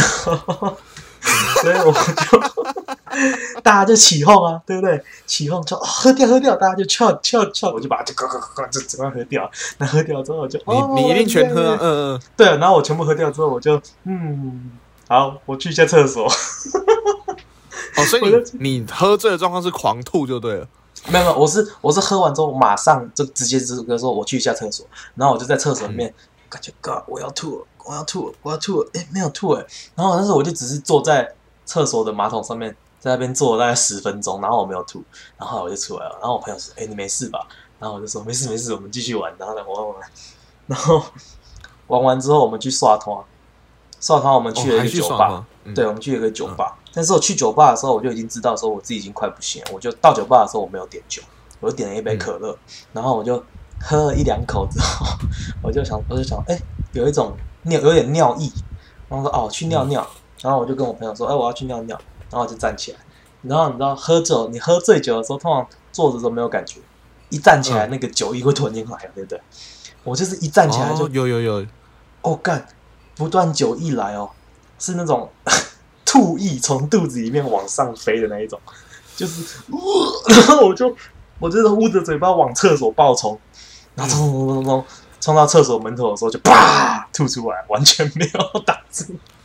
所以我就大家就起哄啊，对不对？起哄就、哦、喝掉喝掉，大家就翘翘翘，我就把它就呱呱呱就整个喝掉，那喝掉之后我就你、哦、你一定全喝、啊，嗯嗯， 对，然后我全部喝掉之后，我就嗯，好，我去一下厕所。 哦，所以你你喝醉的状况是狂吐就对了。 没有没有，我是我是喝完之后马上就直接直接说我去一下厕所，然后我就在厕所里面、嗯、感觉God我要吐了，我要吐了，我要吐了，哎没有吐哎，然后但是我就只是坐在厕所的马桶上面，在那边坐了大概十分钟，然后我没有吐，然后我就出来了，然后我朋友说哎你没事吧？然后我就说没事没事，我们继续玩，然后呢玩玩玩，然后玩完之后我们去刷团，刷团我们去了一个酒吧。哦嗯、对，我们去了一个酒吧、嗯，但是我去酒吧的时候，我就已经知道说我自己已经快不行了。我就到酒吧的时候，我没有点酒，我就点了一杯可乐、嗯，然后我就喝了一两口之后，我就想，我就想，哎、欸，有一种尿，有点尿意，然后说，哦，去尿尿，然后我就跟我朋友说，哎、欸，我要去尿尿，然后我就站起来，然后你知道，喝酒，你喝醉酒的时候，通常坐着都没有感觉，一站起来，那个酒意会突然间来了，对不对？我就是一站起来就， 哦、有有有， 哦干，不断酒意来哦。是那种吐意从肚子里面往上飞的那一种，就是，然后我就我就捂着嘴巴往厕所暴冲，然后冲冲冲冲冲到厕所门口的时候就啪吐出来，完全没有打住。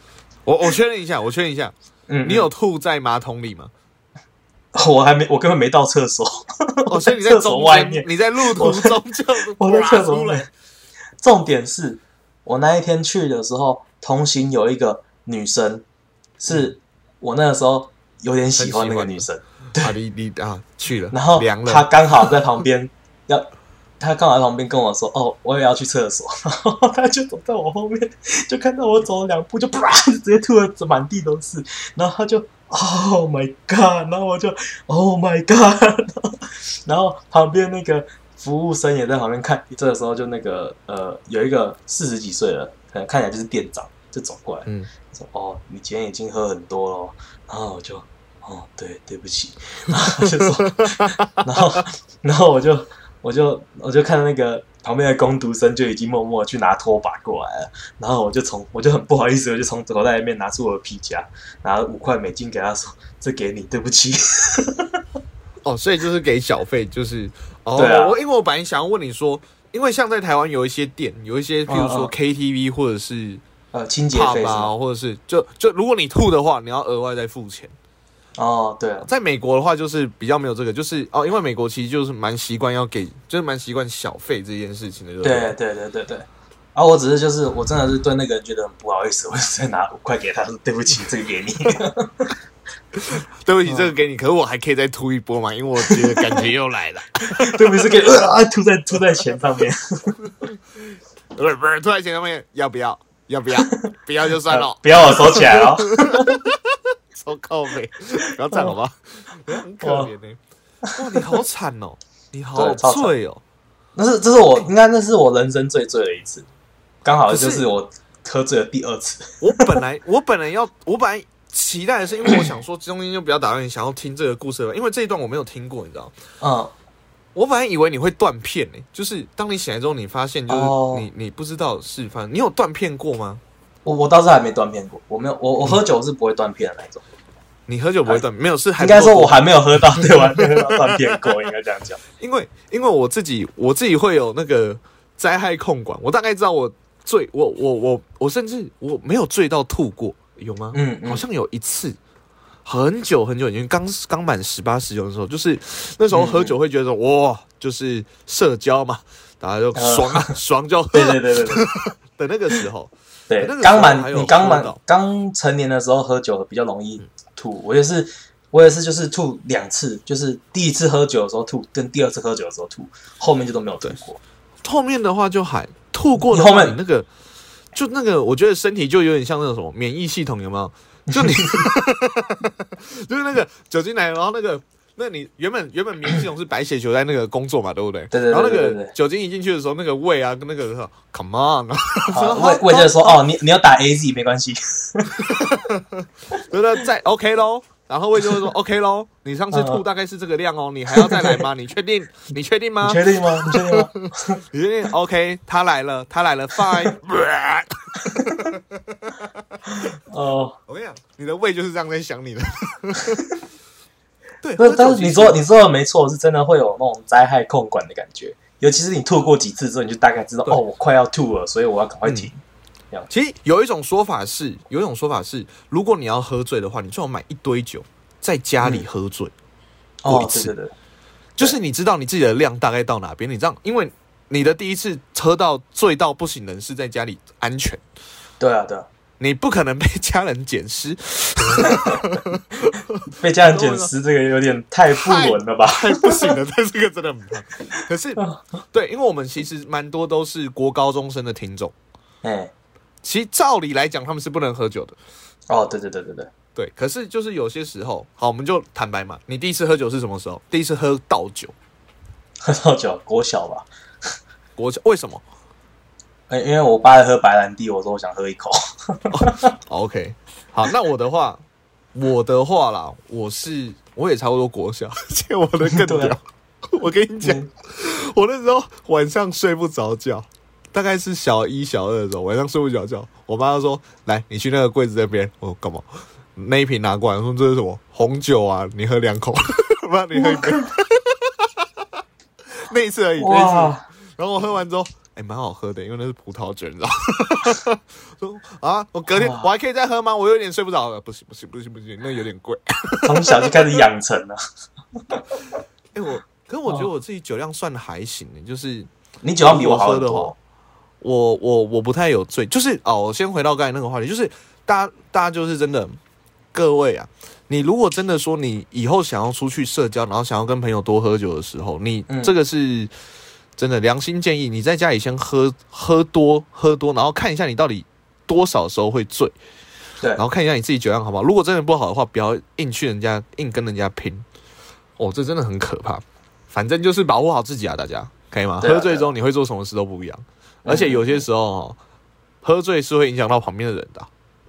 我我确认一下，我确认一下， 嗯， 你有吐在马桶里吗？ 我还没，我根本没到厕所。 哦，所以你在厕所外面， 你在路途中就我在厕所外。重点是我那一天去的时候，同行有一个女生，是我那个时候有点喜欢那个女生。对， 啊、你你啊去了， 然后她刚好在旁边，要她刚好在旁边跟我说：“哦，我也要去厕所。”然后她就走在我后面，就看到我走了两步，就啪，直接吐了满地都是。然后她就 ：“Oh my god！” 然后我就 ：“Oh my god！” 然后旁边那个服务生也在旁边看。这个时候就那个呃，有一个四十几岁了，可能看起来就是店长，就走过来，嗯，说：“哦，你今天已经喝很多了。”然后我就。哦，对，对不起，然后就说，然后，然后我就，我就，我就看到那个旁边的工读生就已经默默去拿拖把过来了，然后我就从，我就很不好意思，我就从口袋里面拿出我的皮夹，拿了五块美金给他说，这给你，对不起。 哦，所以就是给小费，就是哦， 对啊， 我因为我本来想要问你说，因为像在台湾有一些店，有一些，譬如说 K T V 或者是呃清洁费啊，或者是就就如果你吐的话，你要额外再付钱。 哦，对啊， 在美国的话就是比较没有这个，就是哦，因为美国其实就是蛮习惯要给，就是蛮习惯小费这件事情的，对不对？ 对对对对对。啊，我只是就是我真的是对那个人觉得很不好意思，我就再拿五块给他，说对不起，这个给你。 对不起，这个给你，可是我还可以再吐一波嘛，因为我觉得感觉又来了。 对不起，给啊，吐在吐在钱上面。 不是不是，吐在钱上面，要不要？要不要？不要就算了， 不要我收起来哦。 超靠北，不要这样好不好？很可怜呢、欸。哇，你好惨哦，你好醉哦。 那是这是我应该那是我人生最醉的一次，刚好就是我喝醉的第二次。 我本来我本来要我本来期待的是，因为我想说中间就不要打断你，想要听这个故事了，因为这一段我没有听过，你知道？嗯。我本来以为你会断片呢、欸，就是当你醒来之后，你发现就是你、哦、你不知道是发生，你有断片过吗？ 我我倒是还没断片过，我没有，我我喝酒是不会断片的那种。 你喝酒不会断，没有是还应该说我还没有喝到，对，我还没有喝到断片过，应该这样讲。 因为因为我自己我自己会有那个灾害控管，我大概知道我醉，我我我我甚至我没有醉到吐过，有吗？嗯，嗯好像有一次。很久很久以前，刚刚满十八十九的时候，就是那时候喝酒会觉得、嗯、哇，就是社交嘛，大家就爽啊，呃、爽就喝。 对对对对对的那个时候， 对，刚满你刚满刚成年的时候喝酒比较容易吐，我也是我也是就是吐两次，就是第一次喝酒的时候吐，跟第二次喝酒的时候吐，后面就都没有吐过。 后面的话就还吐过的话，你后面那个就那个，我觉得身体就有点像那种什么免疫系统，有没有？就你，就是那个酒精来，然后那个，那你原本原本免疫系统是白血球在那个工作嘛，对不对？ 对对对。 然后那个酒精一进去的时候，那个胃啊，跟那个 come on， 胃胃就说哦，你你要打 A Z 没关系， 对对，再 OK 咯。然后胃就会说 OK 咯，你上次吐大概是这个量哦，你还要再来吗？你确定？你确定吗？ 你确定吗？你确定吗？ 你确定 ？OK， 他来了，他来了 ，Fine。哦，我跟你讲，你的胃就是这样在想你的。对， 但是你说你说的没错，是真的会有那种灾害控管的感觉，尤其是你吐过几次之后，你就大概知道哦，我快要吐了，所以我要赶快停。嗯其实有一种说法是，有一种说法是，如果你要喝醉的话，你最好买一堆酒，在家里喝醉过一次。 嗯哦、对对对， 就是你知道你自己的量大概到哪边，你这样，因为你的第一次喝到醉到不省人事，在家里安全。 对啊，对啊， 你不可能被家人捡尸。 被家人捡尸，这个有点太不伦了吧？ 太不行了，但这个真的很胖。可是，对，因为我们其实蛮多都是国高中生的听众，哎、欸。其实照理来讲，他们是不能喝酒的。 哦，对对对对对对。可是就是有些时候，好，我们就坦白嘛。你第一次喝酒是什么时候？第一次喝倒酒。 喝倒酒，国小吧。 国小为什么？ 欸、因为我爸在喝白兰地，我说我想喝一口。 哦、OK， 好，那我的话，我的话啦，我是我也差不多国小，而且我的更屌。啊、我跟你讲、嗯，我那时候晚上睡不着觉。大概是小一、小二的时候，晚上睡不着觉，我妈就说：“来，你去那个柜子那边。”我干嘛？那一瓶拿过来，我说：“这是什么红酒啊？你喝两口，不然你喝一杯。”那一次而已，那一次。然后我喝完之后，哎、 哎，蛮好喝的，因为那是葡萄酒，你知道吗？说啊，我隔天我还可以再喝吗？我有点睡不着了，不行不行不行不行，那有点贵。 从小就开始养成了。 哎，我，可是我觉得我自己酒量算还行的，就是你酒量比我好很多。 我我我不太有醉，就是哦，我先回到刚才那个话题，就是大家大家就是真的，各位啊，你如果真的说你以后想要出去社交，然后想要跟朋友多喝酒的时候，你、嗯、这个是真的良心建议，你在家里先喝喝多喝多，然后看一下你到底多少时候会醉， 对， 然后看一下你自己酒量好不好。如果真的不好的话，不要硬去人家硬跟人家拼，哦，这真的很可怕。反正就是保护好自己啊，大家可以吗？喝醉之后你会做什么事都不一样。而且有些时候、哦，喝醉是会影响到旁边的人的、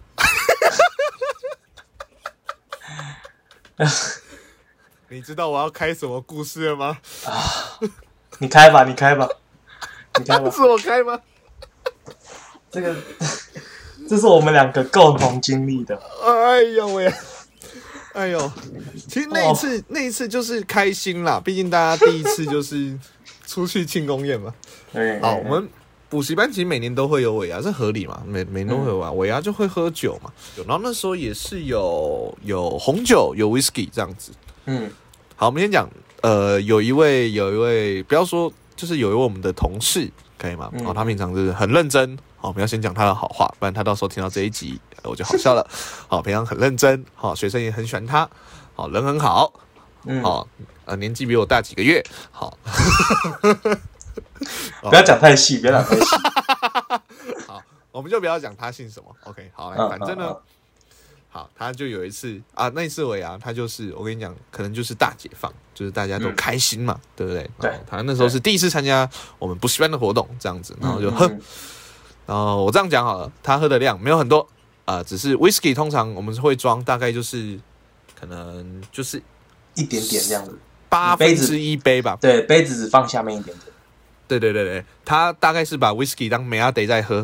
啊。你知道我要开什么故事了吗？ 啊，你开吧，你开吧，你开吧。 是我开吗？ 这个，这是我们两个共同经历的。 哎呦喂！哎呦，其实那一次，哦、那一次就是开心啦，毕竟大家第一次就是出去庆功宴嘛。好，我们。补习班其实每年都会有尾牙，这合理嘛？每每年都会有啊，尾牙就会喝酒嘛。然后那时候也是有有红酒，有 whisky 这样子。嗯，好，我们先讲，呃，有一位有一位，不要说，就是有一位我们的同事，可以吗？嗯、哦，他平常就是很认真。好，我们要先讲他的好话，不然他到时候听到这一集，我就好笑了。好，平常很认真，好，学生也很喜欢他，好，人很好，嗯，好，呃，年纪比我大几个月，好。 不要讲太细，不要讲太细。 好，我们就不要讲他姓什么。OK， 好，来，反正呢，嗯嗯嗯、好，他就有一次啊，那一次尾牙，他就是我跟你讲，可能就是大解放，就是大家都开心嘛，嗯、对不对？ 对。 他那时候是第一次参加我们补习班的活动，这样子，然后就喝。嗯嗯、然后我这样讲好了，他喝的量没有很多啊、呃，只是 whisky 通常我们会装，大概就是可能就是一点点这样子， 八分之一杯吧。 对，杯子只放下面一点点。 对对对对，他大概是把 whisky 当梅阿德在喝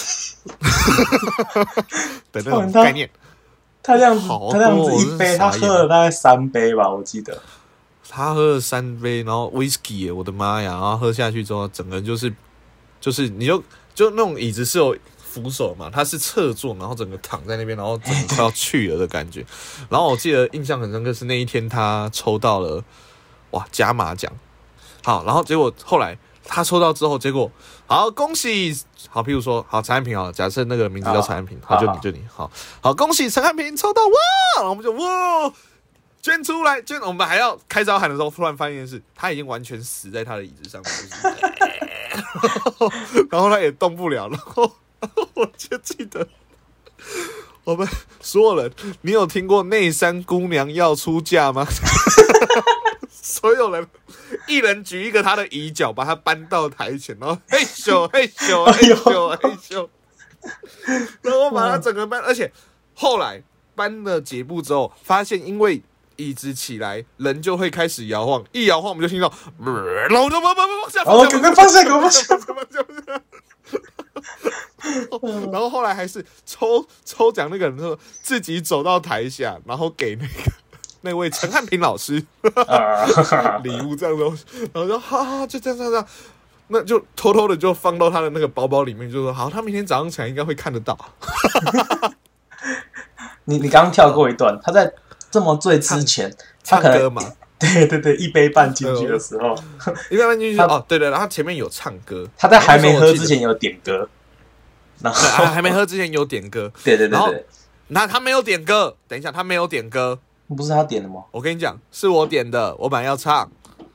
的那种概念。 他这样子，他这样子一杯，他喝了大概三杯吧，我记得。 他喝了三杯，然后 whisky 耶，我的妈呀！然后喝下去之后，整个人就是就是你就就那种椅子是有扶手嘛，他是侧坐，然后整个躺在那边，然后整个快要去了的感觉。然后我记得印象很深刻是那一天他抽到了哇加码奖，好，然后结果后来。他抽到之后，结果好恭喜，好，譬如说好陈汉平，好，假设那个名字叫陈汉平，好，好就你就你，好好恭喜陈汉平抽到哇，然后我们就哇捐出来捐，我们还要开招喊的时候，突然发现一件事，他已经完全死在他的椅子上面，然后他也动不了，然后我就记得我们所有人，你有听过内山姑娘要出嫁吗？所有人一人举一个他的椅脚，把他搬到台前，然后嘿咻嘿咻嘿咻嘿咻，然后把他整个搬，而且后来搬了几步之后，发现因为椅子起来，人就会开始摇晃，一摇晃我们就听到，然后就往往往下， 哦，赶快放下，赶快放下， 然后后来还是抽抽奖那个人说自己走到台下，然后给那个。那位陈汉平老师礼物这样子，然后说好好就这样这样这样，那就偷偷的就放到他的那个包包里面，就说好，他明天早上起来应该会看得到。 你你刚刚跳过一段，他在这么醉之前，他可能唱歌嘛， 对对对，一杯半进去的时候， 一杯半进去哦，对对，然后前面有唱歌， 他在还没喝之前有点歌， 然后还没喝之前有点歌， 对对对对， 那他没有点歌，等一下他没有点歌。 不是他点的吗？ 我跟你讲，是我点的，我本来要唱，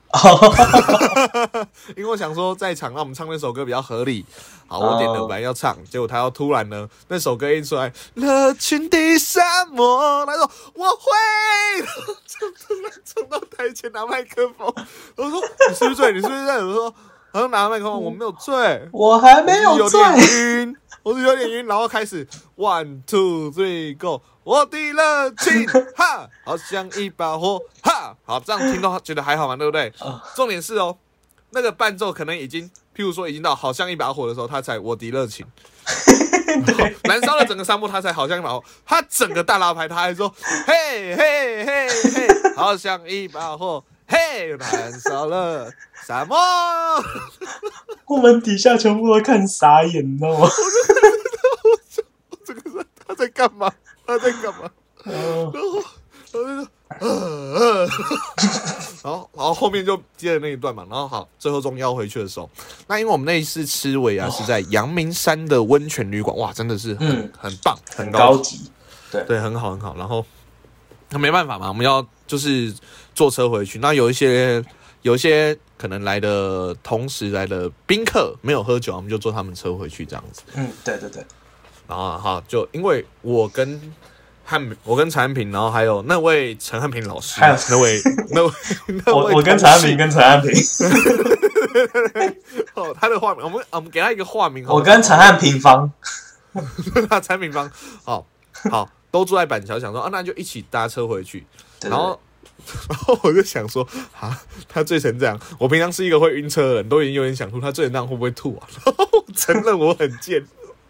因为我想说在场让我们唱那首歌比较合理。好，我点的本来要唱，结果他要突然呢，那首歌一出来，热情的沙漠，他说我会，就突然冲到台前拿麦克风，我说你是不是醉？你是不是醉？我说好像拿麦克风，我没有醉， 我还没有醉， 有点晕，我是有点晕，然后开始 one two three go。我的热情哈，好像一把火哈，好，这样听到觉得还好嘛，对不对？重点是哦，那个伴奏可能已经，譬如说已经到好像一把火的时候，他才我的热情，燃烧了整个沙漠，他才好像一把火，他整个大拉牌他还说嘿嘿嘿嘿，好像一把火， 嘿，燃烧了什么？ 我们底下全部都看傻眼，你知道吗？ 这个是他在干嘛？他在干嘛？ 嗯、 然后，然后呃，然后，然后后面就接着那一段嘛。然后好，最后终于要回去的时候，那因为我们那一次吃尾啊、哦、是在阳明山的温泉旅馆，哇，真的是很、嗯、很棒， 很高级，对对，很好很好。然后那没办法嘛，我们要就是坐车回去。那有一些有一些可能来的同时来的宾客没有喝酒，我们就坐他们车回去这样子。 嗯，对对对。 然后哈，就因为我跟汉，我跟陈汉平，然后还有那位陈汉平老师， 还有那位那位，那位我我跟陈汉平跟陈汉平， 哦，他的化名，我们我们给他一个化名， 我跟陈汉平方， 他陈平方，好好都住在板桥，想说啊，那就一起搭车回去， 对对对， 然后。然后我就想说，啊，他醉成这样，我平常是一个会晕车的人，都已经有点想吐，他醉成这样会不会吐啊？然后我承认我很贱。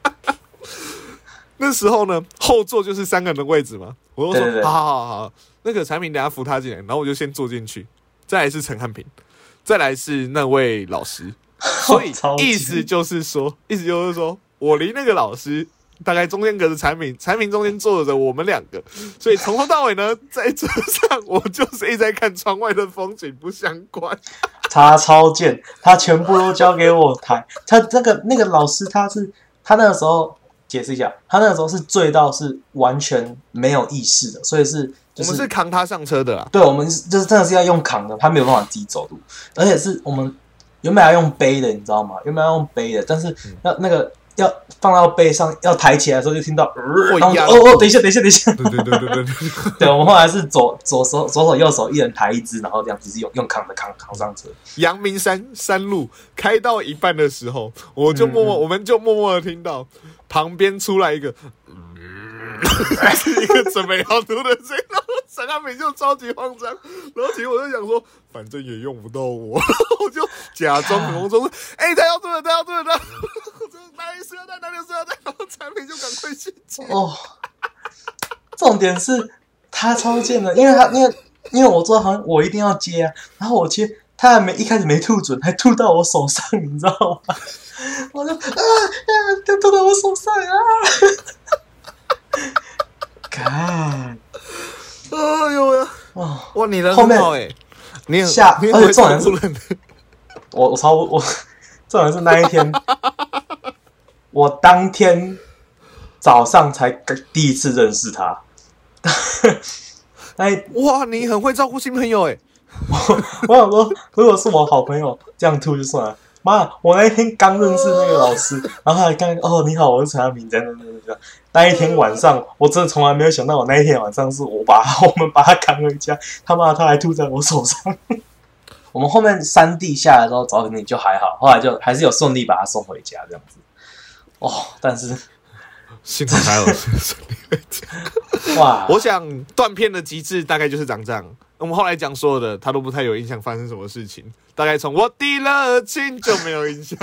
那时候呢，后座就是三个人的位置嘛，我就说对对对好好好好，那个产品等一下扶他进来，然后我就先坐进去，再来是陈汉平，再来是那位老师，所以意思就是说，意思就是说我离那个老师大概中间隔着产品，产品中间坐着我们两个，所以从头到尾呢，在车上我就是一直在看窗外的风景，不相关。 他超贱，他全部都交给我抬。他那个那个老师，他是他那个时候解释一下，他那个时候是醉到是完全没有意识的，所以是、就是、 我们是扛他上车的啦。 对，我们就是真的是要用扛的，他没有办法自己走路，而且是我们原本要用背的，你知道吗？原本要用背的，但是要那个。要放到背上，要抬起来的时候就听到，呃、然后哦哦，等一下，等一下，等一下。对对对对对对。对，我们后来是左左手左手右手一人抬一只，然后这样子是用用扛的扛扛上车。 阳明山山路开到一半的时候，我就默默，嗯、我们就默默的听到旁边出来一个，嗯、是一个准备要吐的声音，然后陈汉平就超级慌张，然后其实我就想说，反正也用不到我，然后我就假装很慌张说，哎、欸，他要吐了，他要吐了，他。哪里塑料袋？哪里塑料袋？然后产品就赶快去接。 哦，重点是他超贱的，因为他因为因为我知道好像我一定要接啊，然后我接，他还没一开始没吐准，还吐到我手上，你知道吗？我就啊啊，他吐到我手上啊！看， 哎呦呀！哇哇，你人很好哎，你很下， 你而且重点是，我我超我重点是那一天。我当天早上才第一次认识他，哎， 哇，你很会照顾新朋友哎！ 我我想说，如果是我好朋友这样吐就算了。妈，我那一天刚认识那个老师，然后还刚哦你好，我是陈汉平，这样这样这样。那一天晚上，我真的从来没有想到，我那一天晚上是我把我们把他扛回家，他妈他还吐在我手上。我们后面山地下来之后找你就还好，后来就还是有顺利把他送回家这样子。哦，但是幸好还有顺利回家。哇！我想断片的极致大概就是长这样。我们后来讲所有的，他都不太有印象发生什么事情，大概从我的热情就没有印象。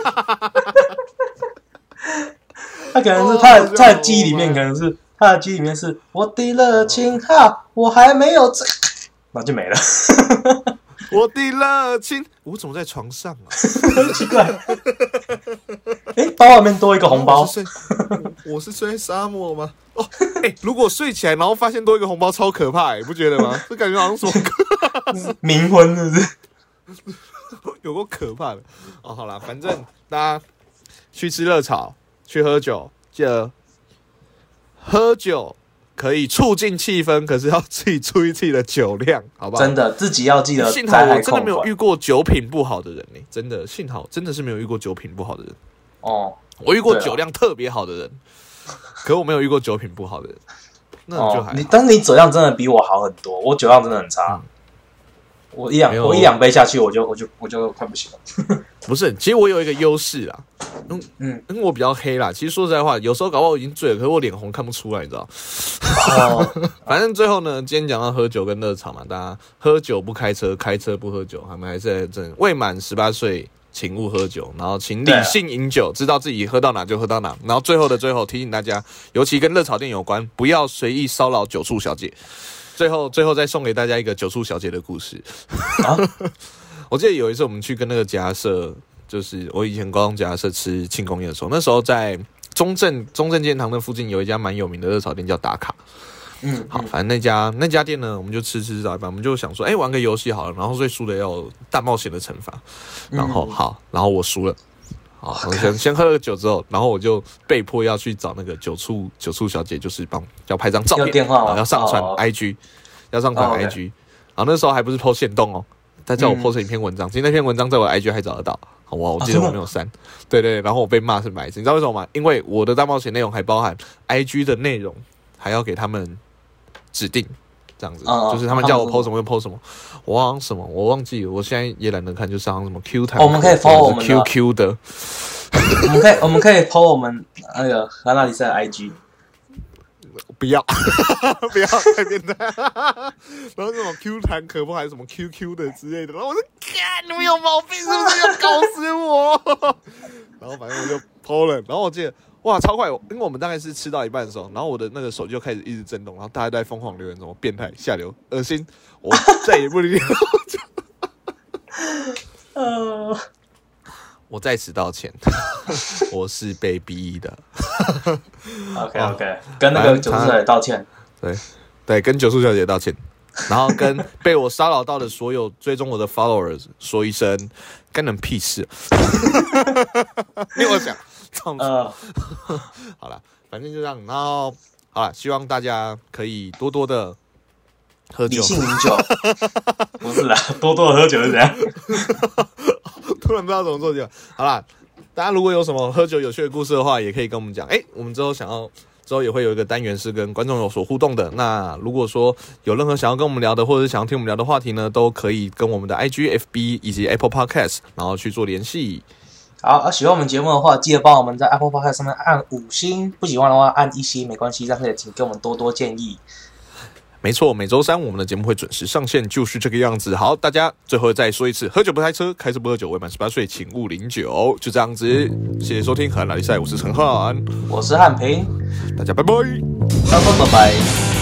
他可能是他的、哦、他的记忆里面，可能是他的记忆里面是我的热情哈，我还没有这，然后就没了。 我的热情，我怎么在床上啊？ 奇怪。哎、欸，包外面多一个红包。 我是睡，我, 我是睡沙漠吗？哦，哎、欸，如果睡起来然后发现多一个红包，超可怕、欸，不觉得吗？这感觉好像什么冥婚，是不是？ 有够可怕的哦！好啦，反正大家去吃热炒，去喝酒，记得喝酒。可以促进气氛，可是要自己注意自己的酒量，好不好？ 真的，自己要记得。 幸好我真的没有遇过酒品不好的人呢、欸，真的，幸好真的是没有遇过酒品不好的人。 哦， 我遇过酒量特别好的人，可我没有遇过酒品不好的人，那就还好、哦。 你，但是你酒量真的比我好很多，我酒量真的很差。嗯、我一两我一两杯下去，我就我就我就快不行了。 不是，其实我有一个优势啦，嗯嗯，因为我比较黑啦。其实说实在话，有时候搞不好我已经醉了，可是我脸红看不出来，你知道？哦，反正最后呢，今天讲到喝酒跟热炒嘛，大家喝酒不开车，开车不喝酒，他们还是在未满十八岁，请勿喝酒，然后请理性饮酒，知道自己喝到哪就喝到哪。然后最后的最后提醒大家，尤其跟热炒店有关，不要随意骚扰酒促小姐。 最后最后再送给大家一个酒醋小姐的故事。啊、我记得有一次我们去跟那个夹社，就是我以前高中夹社吃庆功宴的时候，那时候在中正中正纪念堂那附近有一家蛮有名的热炒店叫打卡。嗯，好，反正那家那家店呢，我们就吃吃到一半，我们就想说，哎、欸，玩个游戏好了，然后最输的要有大冒险的惩罚，然后、嗯、好，然后我输了。好，我先先喝了酒之后，然后我就被迫要去找那个酒醋酒醋小姐，就是帮要拍张照片， 电话要上传 I G，、哦、要上传 I G，、哦 okay、然后那时候还不是 po 限动哦，他叫我 po 成一篇文章，嗯、其实那篇文章在我的 I G 还找得到，好哇，我记得我没有删，哦、对对，然后我被骂是白痴，你知道为什么吗？因为我的大冒险内容还包含 I G 的内容，还要给他们指定。这样子，哦、就是他们叫我 po 什么就 po 什么，我忘什么，我忘记了，我现在也懒得看，就上什么 Q 弹、 哦，我们可以 po 我们的 Q Q 的， 我们可以我们可以 po 我们那个荷兰比赛的 I G， 不要不要太变态，然后什么 Q 弹可不还是什么 Q Q 的之类的，然后我就看你们有毛病是不是要搞死我？然后反正我就 po 了，然后我记得。哇，超快！因为我们大概是吃到一半的时候，然后我的那个手就开始一直震动，然后大家都在疯狂留言，什么变态、下流、恶心，我再也不理呃，我在此道歉，我是被逼的。 OK OK， 跟那个酒醋小姐道歉。 对对，跟酒醋小姐道歉，然后跟被我骚扰到的所有追踪我的 followers 说一声，干人屁事。因为我想。呃，好了，反正就这样。然后好了，希望大家可以多多的喝酒， 理性饮酒，不是啦，多多的喝酒是怎样？ 突然不知道怎么做酒。好啦，大家如果有什么喝酒有趣的故事的话，也可以跟我们讲。哎、欸，我们之后想要之后也会有一个单元是跟观众有所互动的。那如果说有任何想要跟我们聊的，或者是想要听我们聊的话题呢，都可以跟我们的 I G、F B 以及 Apple Podcast， 然后去做联系。 好、啊，喜欢我们节目的话，记得帮我们在 Apple Podcast 上面按五星；不喜欢的话，按一星没关系，但是也请给我们多多建议。 没错，每周三我们的节目会准时上线，就是这个样子。好，大家最后再说一次：喝酒不开车，开车不喝酒，未满十八岁请勿饮酒。就这样子，谢谢收听荷兰拉力赛，我是陈汉， 我是汉平， 大家拜拜， 大家拜拜。